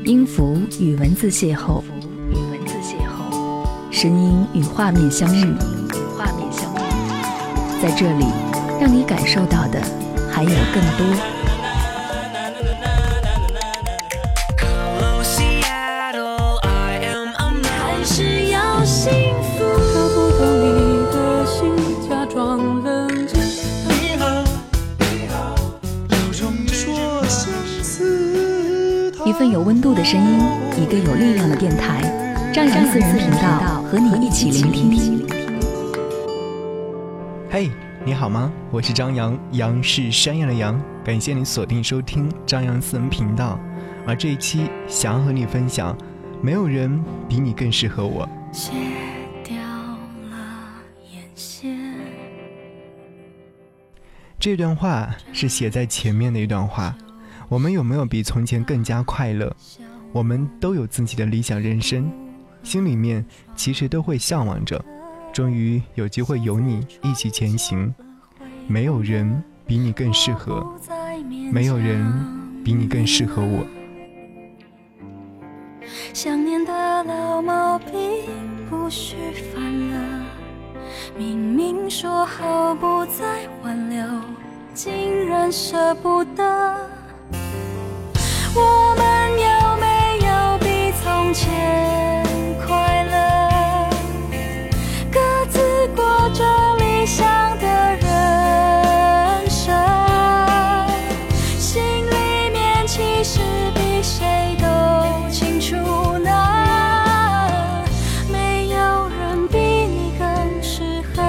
音符与文字邂逅，声音与画面相遇，在这里，让你感受到的还有更多。 还是要幸福，找不到你的心，假装冷静。你好，有种说相思。 一份有温度的声音，一个有力量的电台，张扬私人频道和你一起聆听。 嘿，你好吗？我是张扬，杨是山羊的羊，感谢你锁定收听张扬私人频道。而这一期想要和你分享，没有人比你更适合我。 卸掉了眼线。 这段话是写在前面的一段话。我们有没有比从前更加快乐？我们都有自己的理想人生，心里面其实都会向往着，终于有机会有你一起前行。没有人比你更适合，没有人比你更适合我。 想念的老毛病不许犯了，明明说好不再挽留，竟然舍不得。我们有没有比从前快乐？各自过着理想的人生，心里面其实比谁都清楚呢，没有人比你更适合。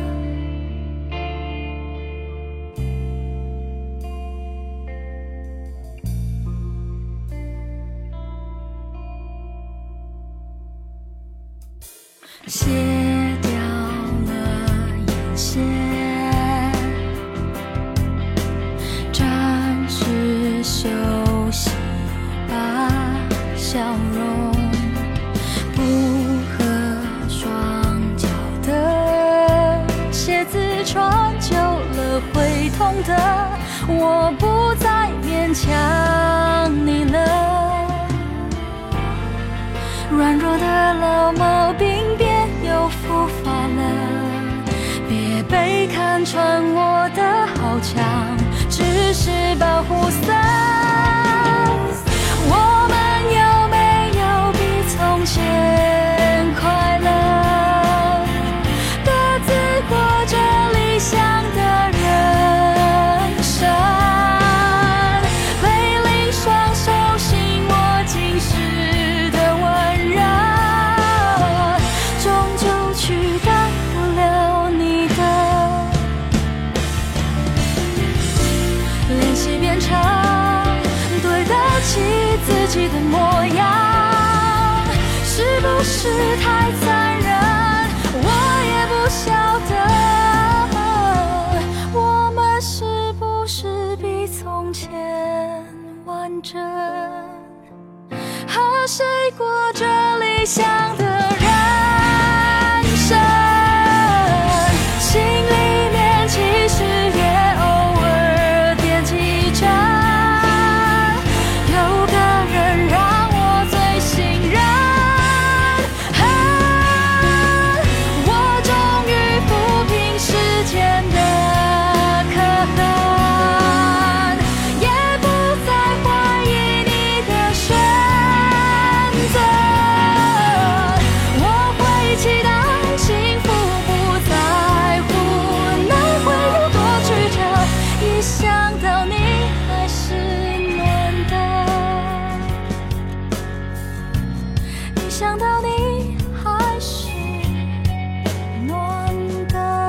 卸掉了眼线，暂时休息吧，笑容不合双脚的鞋子穿久了会痛的，我不再勉强你了。软弱的老毛病别又复发了，别被看穿我的好强只是保护伞。我们有没有比从前快乐？各自过着理想的人生，挥令双手心握紧时的温柔，终究取代不了你的。练习变成对得起自己的模样，是不是太残忍？我也不晓得，我们是不是比从前完整？和谁过着理想的人生？心里面其实也偶尔惦记着，有个人让我最信任。我终于抚平时间的刻痕，也不再怀疑你的选择。我会期待幸福不在乎那会有多曲折，一想到你还是暖的，一想到你还是暖的。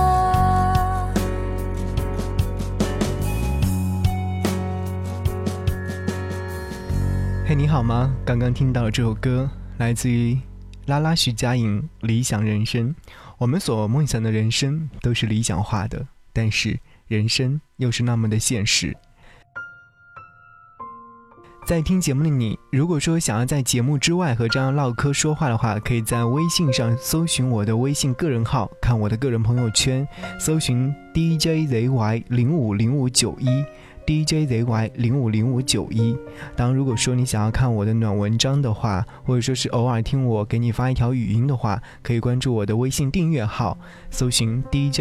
嘿，你好吗？刚刚听到了这首歌，来自于拉拉徐佳莹《理想人生》。我们所梦想的人生都是理想化的，但是人生又是那么的现实。在听节目的你，如果说想要在节目之外和张扬唠嗑说话的话，可以在微信上搜寻我的微信个人号，看我的个人朋友圈，搜寻 DJZY050591 DJZY050591。当如果说你想要看我的暖文章的话，或者说是偶尔听我给你发一条语音的话，可以关注我的微信订阅号，搜寻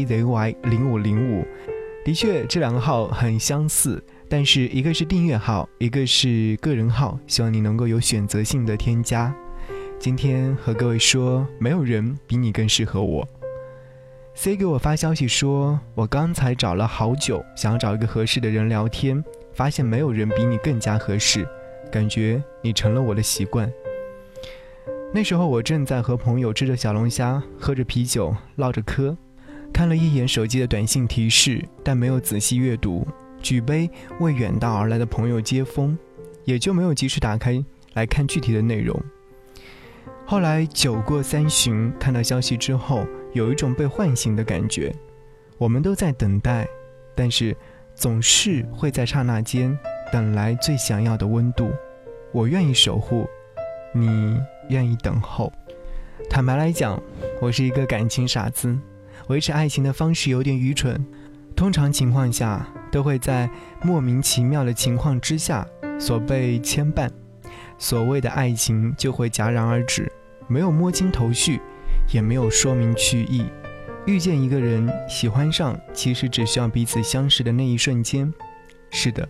DJZY0505。的确这两个号很相似，但是一个是订阅号，一个是个人号，希望你能够有选择性的添加。今天和各位说，没有人比你更适合我。C 给我发消息说，我刚才找了好久，想要找一个合适的人聊天，发现没有人比你更加合适，感觉你成了我的习惯。那时候我正在和朋友吃着小龙虾，喝着啤酒，唠着嗑，看了一眼手机的短信提示，但没有仔细阅读，举杯为远道而来的朋友接风，也就没有及时打开来看具体的内容。后来酒过三巡，看到消息之后，有一种被唤醒的感觉。我们都在等待，但是总是会在刹那间等来最想要的温度。我愿意守护，你愿意等候。坦白来讲，我是一个感情傻子，维持爱情的方式有点愚蠢，通常情况下都会在莫名其妙的情况之下所被牵绊，所谓的爱情就会戛然而止，没有摸清头绪，也没有说明去意。遇见一个人，喜欢上，其实只需要彼此相识的那一瞬间。是的，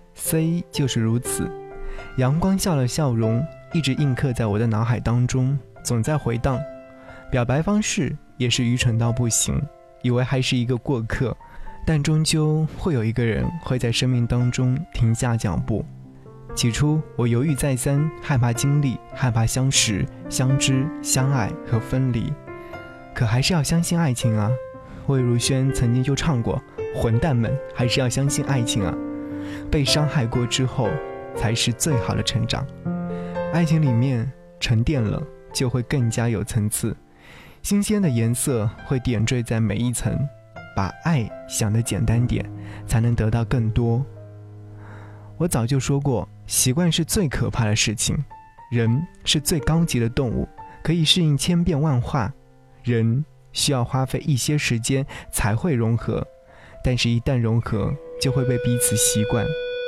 C 就是如此。阳光笑了笑容，一直印刻在我的脑海当中，总在回荡。表白方式也是愚蠢到不行，以为还是一个过客，但终究会有一个人会在生命当中停下脚步。起初我犹豫再三，害怕经历，害怕相识、相知、相爱和分离，可还是要相信爱情啊。魏如萱曾经就唱过，混蛋们还是要相信爱情啊，被伤害过之后才是最好的成长。爱情里面沉淀了，就会更加有层次，新鲜的颜色会点缀在每一层，把爱想得简单点，才能得到更多。我早就说过，习惯是最可怕的事情。人是最高级的动物，可以适应千变万化，人需要花费一些时间才会融合，但是一旦融合，就会被彼此习惯。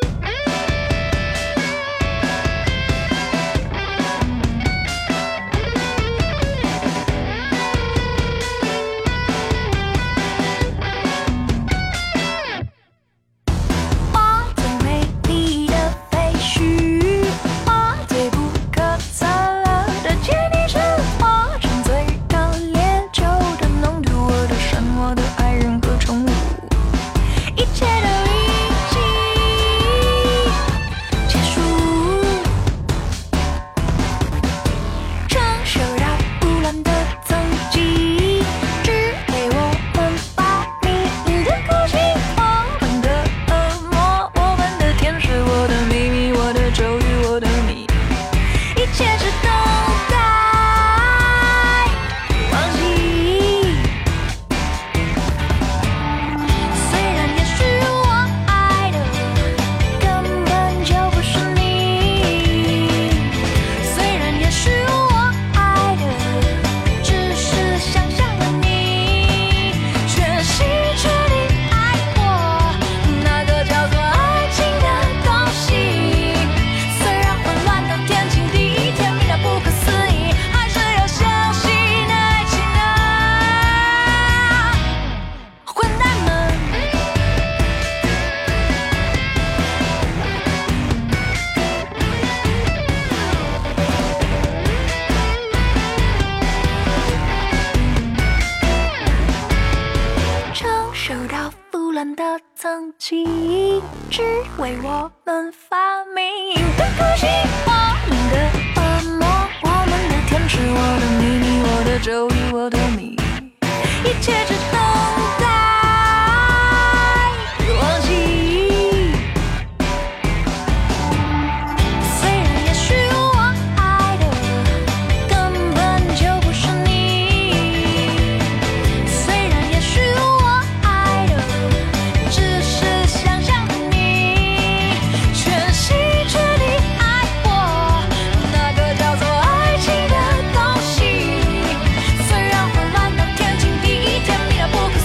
曾经只为我们发明的可惜，我们的恶魔，我们的天使，我的秘密，我的咒语，我的谜，一切只等待忘记。虽然也许我爱的根本就不是你，虽然也许我爱的只是想象的你，全心全力爱我，那个叫做爱情的东西。虽然混乱到天经地义，甜蜜到不可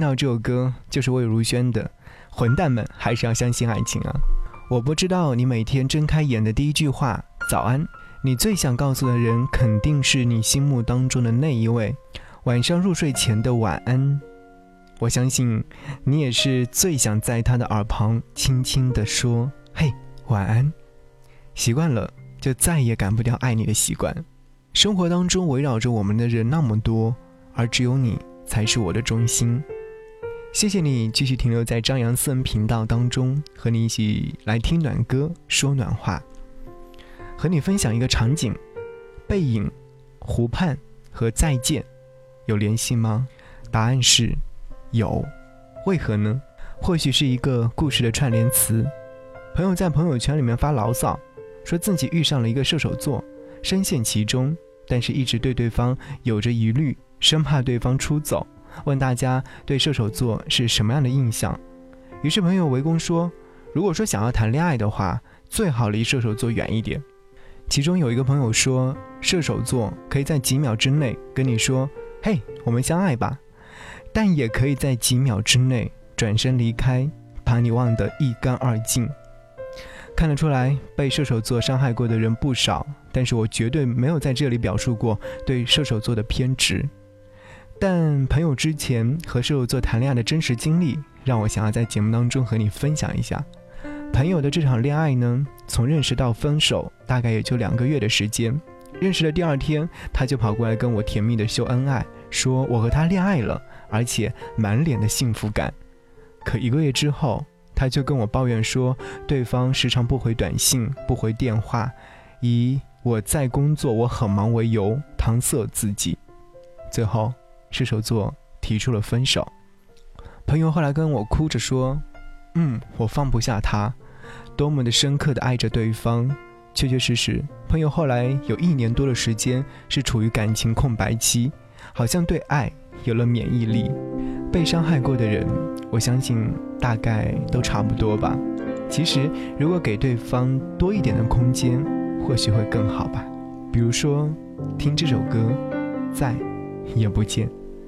道这首歌就是魏如萱的，混蛋们还是要相信爱情啊。我不知道你每天睁开眼的第一句话早安，你最想告诉的人肯定是你心目当中的那一位。晚上入睡前的晚安，我相信你也是最想在他的耳旁轻轻地说嘿晚安。习惯了就再也改不掉爱你的习惯。生活当中围绕着我们的人那么多，而只有你才是我的中心。谢谢你继续停留在张扬私人频道当中，和你一起来听暖歌说暖话。和你分享一个场景，背影、湖畔和再见有联系吗？答案是有。为何呢？或许是一个故事的串联词。朋友在朋友圈里面发牢骚，说自己遇上了一个射手座，深陷其中，但是一直对对方有着疑虑，生怕对方出走，问大家对射手座是什么样的印象。于是朋友围攻说，如果说想要谈恋爱的话，最好离射手座远一点。其中有一个朋友说，射手座可以在几秒之内跟你说嘿我们相爱吧，但也可以在几秒之内转身离开，把你忘得一干二净。看得出来被射手座伤害过的人不少，但是我绝对没有在这里表述过对射手座的偏执。但朋友之前和射手座谈恋爱的真实经历，让我想要在节目当中和你分享一下。朋友的这场恋爱呢，从认识到分手大概也就2个月的时间。认识的第2天，他就跑过来跟我甜蜜的秀恩爱，说我和他恋爱了，而且满脸的幸福感。可1个月之后，他就跟我抱怨说，对方时常不回短信，不回电话，以我在工作我很忙为由搪塞自己。最后射手座提出了分手。朋友后来跟我哭着说，我放不下他，多么的深刻的爱着对方。确确实实，朋友后来有1年多的时间是处于感情空白期，好像对爱有了免疫力。被伤害过的人，我相信大概都差不多吧。其实如果给对方多一点的空间，或许会更好吧。比如说听这首歌，再也不见。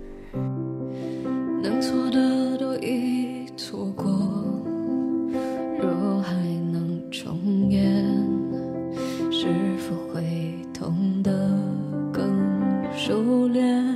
能错的都已错过，若还能重演，是否会痛得更熟练？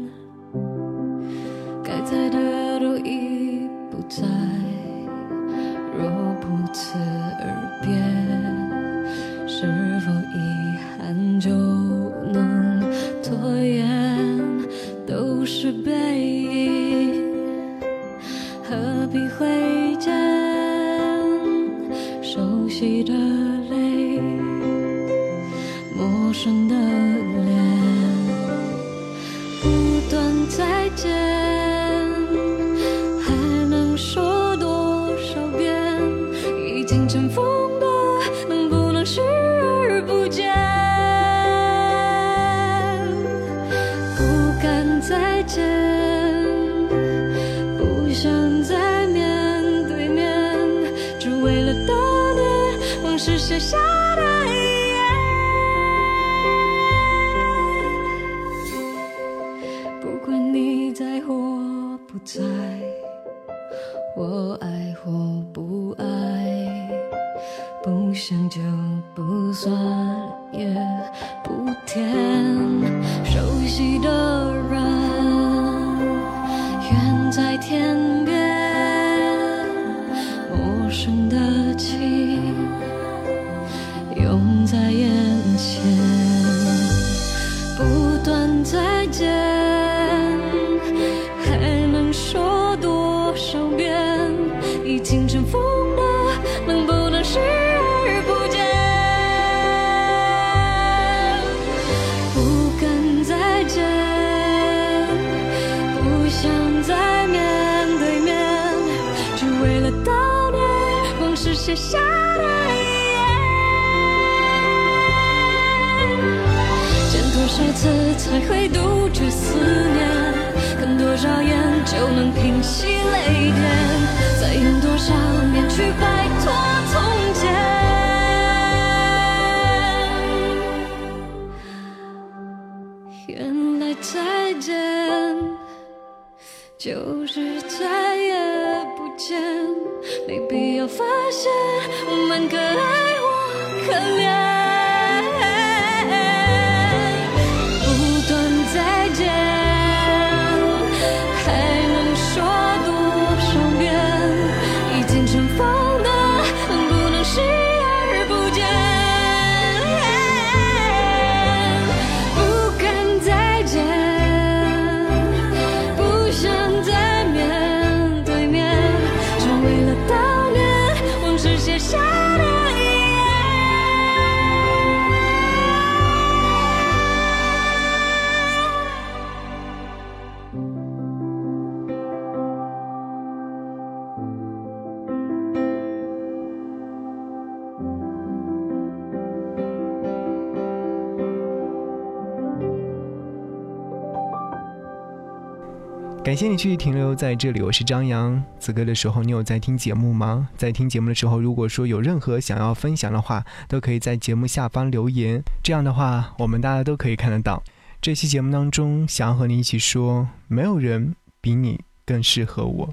该在的都已不在，若不辞而别，是否遗憾就能拖延？都是背影，何必挥剑？熟悉的泪，陌生的脸，不断再见，还能说多少遍？已经尘封的，能不能视而不见？不敢再见，不想再面对面，只为了悼念往事写下的遗言。不管你在或不在，我爱或不爱，不想就不算也不甜。熟悉的人远在天边，陌生的情涌在眼前，不断再见，还能说多少遍？已经尘封的，能不能视而不见？不敢再见，不想再面对面，只为了悼念往事写下的遗言。见多少次才会杜绝思念？看多少眼就能平息泪点？再用多少年去摆脱从前？原来再见就是再也不见，没必要发现我们可爱或可怜。不断再见，还能说多少遍？已经尘封的，不能视而不见。不敢再见，不想再面对面，只为了悼念往事写下的遗言。 感谢你继续停留在这里，我是张扬。此刻的时候你有在听节目吗？在听节目的时候，如果说有任何想要分享的话，都可以在节目下方留言，这样的话我们大家都可以看得到。这期节目当中想要和你一起说，没有人比你更适合我。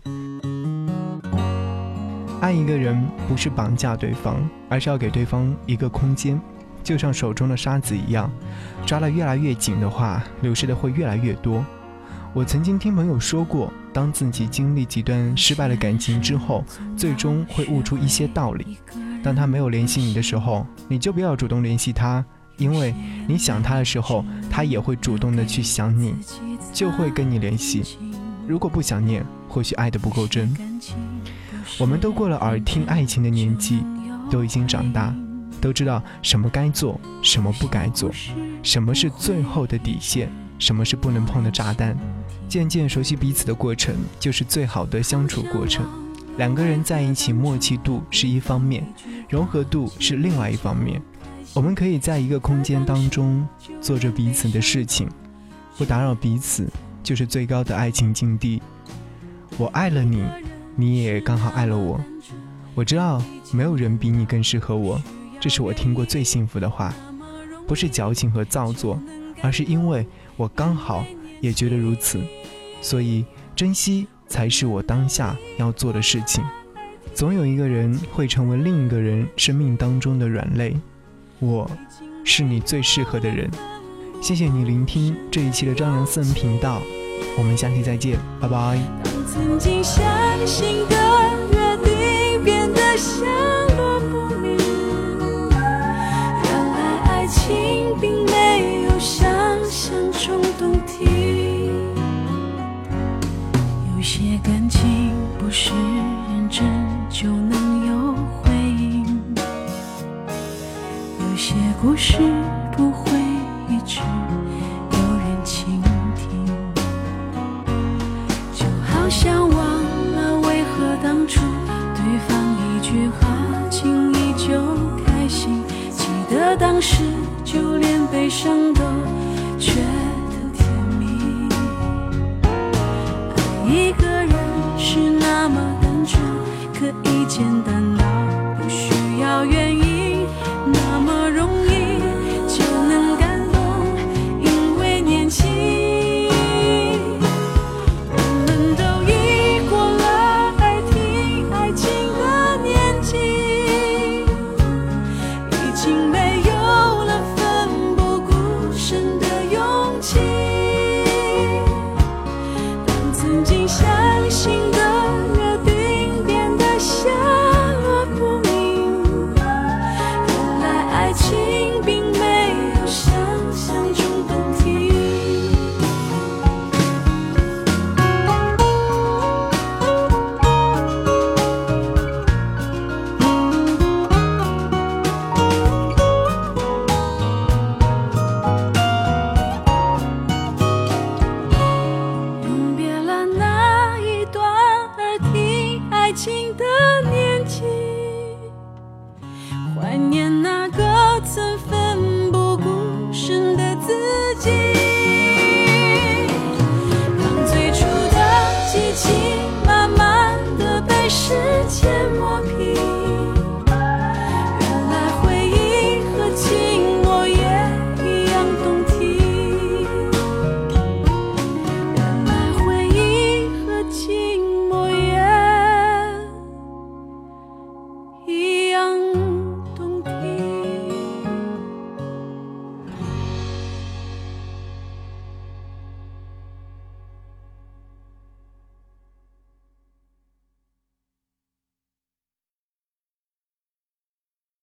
爱一个人不是绑架对方，而是要给对方一个空间，就像手中的沙子一样，抓得越来越紧的话，流失的会越来越多。我曾经听朋友说过，当自己经历几段失败的感情之后，最终会悟出一些道理。当他没有联系你的时候，你就不要主动联系他，因为你想他的时候，他也会主动的去想你，就会跟你联系。如果不想念，或许爱得不够真。我们都过了耳听爱情的年纪，都已经长大，都知道什么该做，什么不该做，什么是最后的底线，什么是不能碰的炸弹。渐渐熟悉彼此的过程，就是最好的相处过程。两个人在一起，默契度是一方面，融合度是另外一方面。我们可以在一个空间当中做着彼此的事情，不打扰彼此，就是最高的爱情境地。我爱了你，你也刚好爱了我。我知道没有人比你更适合我，这是我听过最幸福的话。不是矫情和造作，而是因为我刚好也觉得如此，所以珍惜才是我当下要做的事情。总有一个人会成为另一个人生命当中的软肋，我是你最适合的人。谢谢你聆听这一期的张扬私人频道，我们下期再见，拜拜。 当曾经相信的约定变得下落不明，原来爱情并没有想象中动听。有些感情不是认真就能有回应，有些故事不会一直有人倾听，就好像忘了为何当初对方一句话轻易就开心，记得当时就连悲伤都觉得甜蜜。爱一个人是那么单纯，可以简单到不需要原因，那么容易就能感动，因为年轻。我们都已过了耳听爱情的年纪，已经没有了奋不顾身的勇气。当曾经相信的约定变得下落不明，原来爱情并没有想象中动听。永别了那一段耳听爱情的年纪，怀念那个曾奋不顾身的自己。当最初的激情慢慢的被时间磨平，